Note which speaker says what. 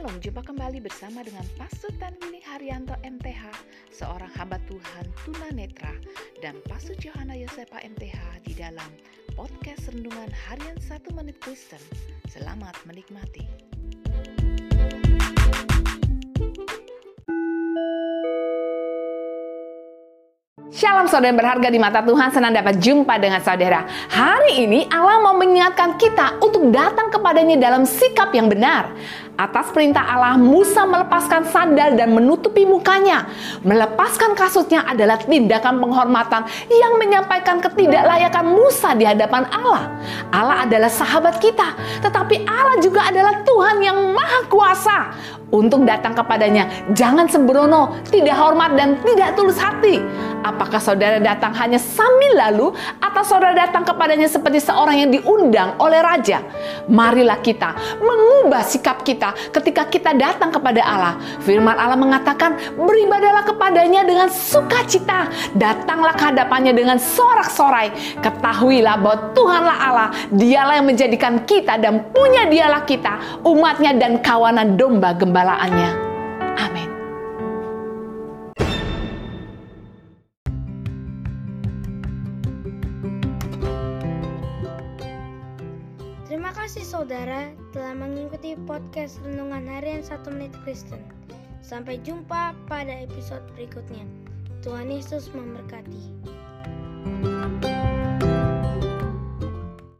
Speaker 1: Shalom, jumpa kembali bersama dengan Pastor Tanwini Haryanto MTH, seorang hamba Tuhan tunanetra, dan Pastor Johanna Yosepa MTH di dalam podcast Renungan Harian 1 Menit Kristen. Selamat menikmati.
Speaker 2: Shalom saudara yang berharga di mata Tuhan, senang dapat jumpa dengan saudara. Hari ini Allah mau mengingatkan kita untuk datang kepadanya dalam sikap yang benar. Atas perintah Allah, Musa melepaskan sandal dan menutupi mukanya. Melepaskan kasutnya adalah tindakan penghormatan yang menyampaikan ketidaklayakan Musa di hadapan Allah. Allah adalah sahabat kita, tetapi Allah juga adalah Tuhan yang Maha Kuasa. Untuk datang kepadanya, jangan sembrono, tidak hormat dan tidak tulus hati. Apakah saudara datang hanya sambil lalu, atau saudara datang kepadanya seperti seorang yang diundang oleh raja? Marilah kita mengubah sikap kita ketika kita datang kepada Allah. Firman Allah mengatakan, beribadahlah kepadanya dengan sukacita, datanglah ke hadapannya dengan sorak-sorai. Ketahuilah bahwa Tuhanlah Allah, dialah yang menjadikan kita dan punya dialah kita, umatnya dan kawanan domba gembalaannya. Amin.
Speaker 3: Terima kasih saudara telah mengikuti podcast Renungan Harian 1 Menit Kristen. Sampai jumpa pada episode berikutnya. Tuhan Yesus memberkati.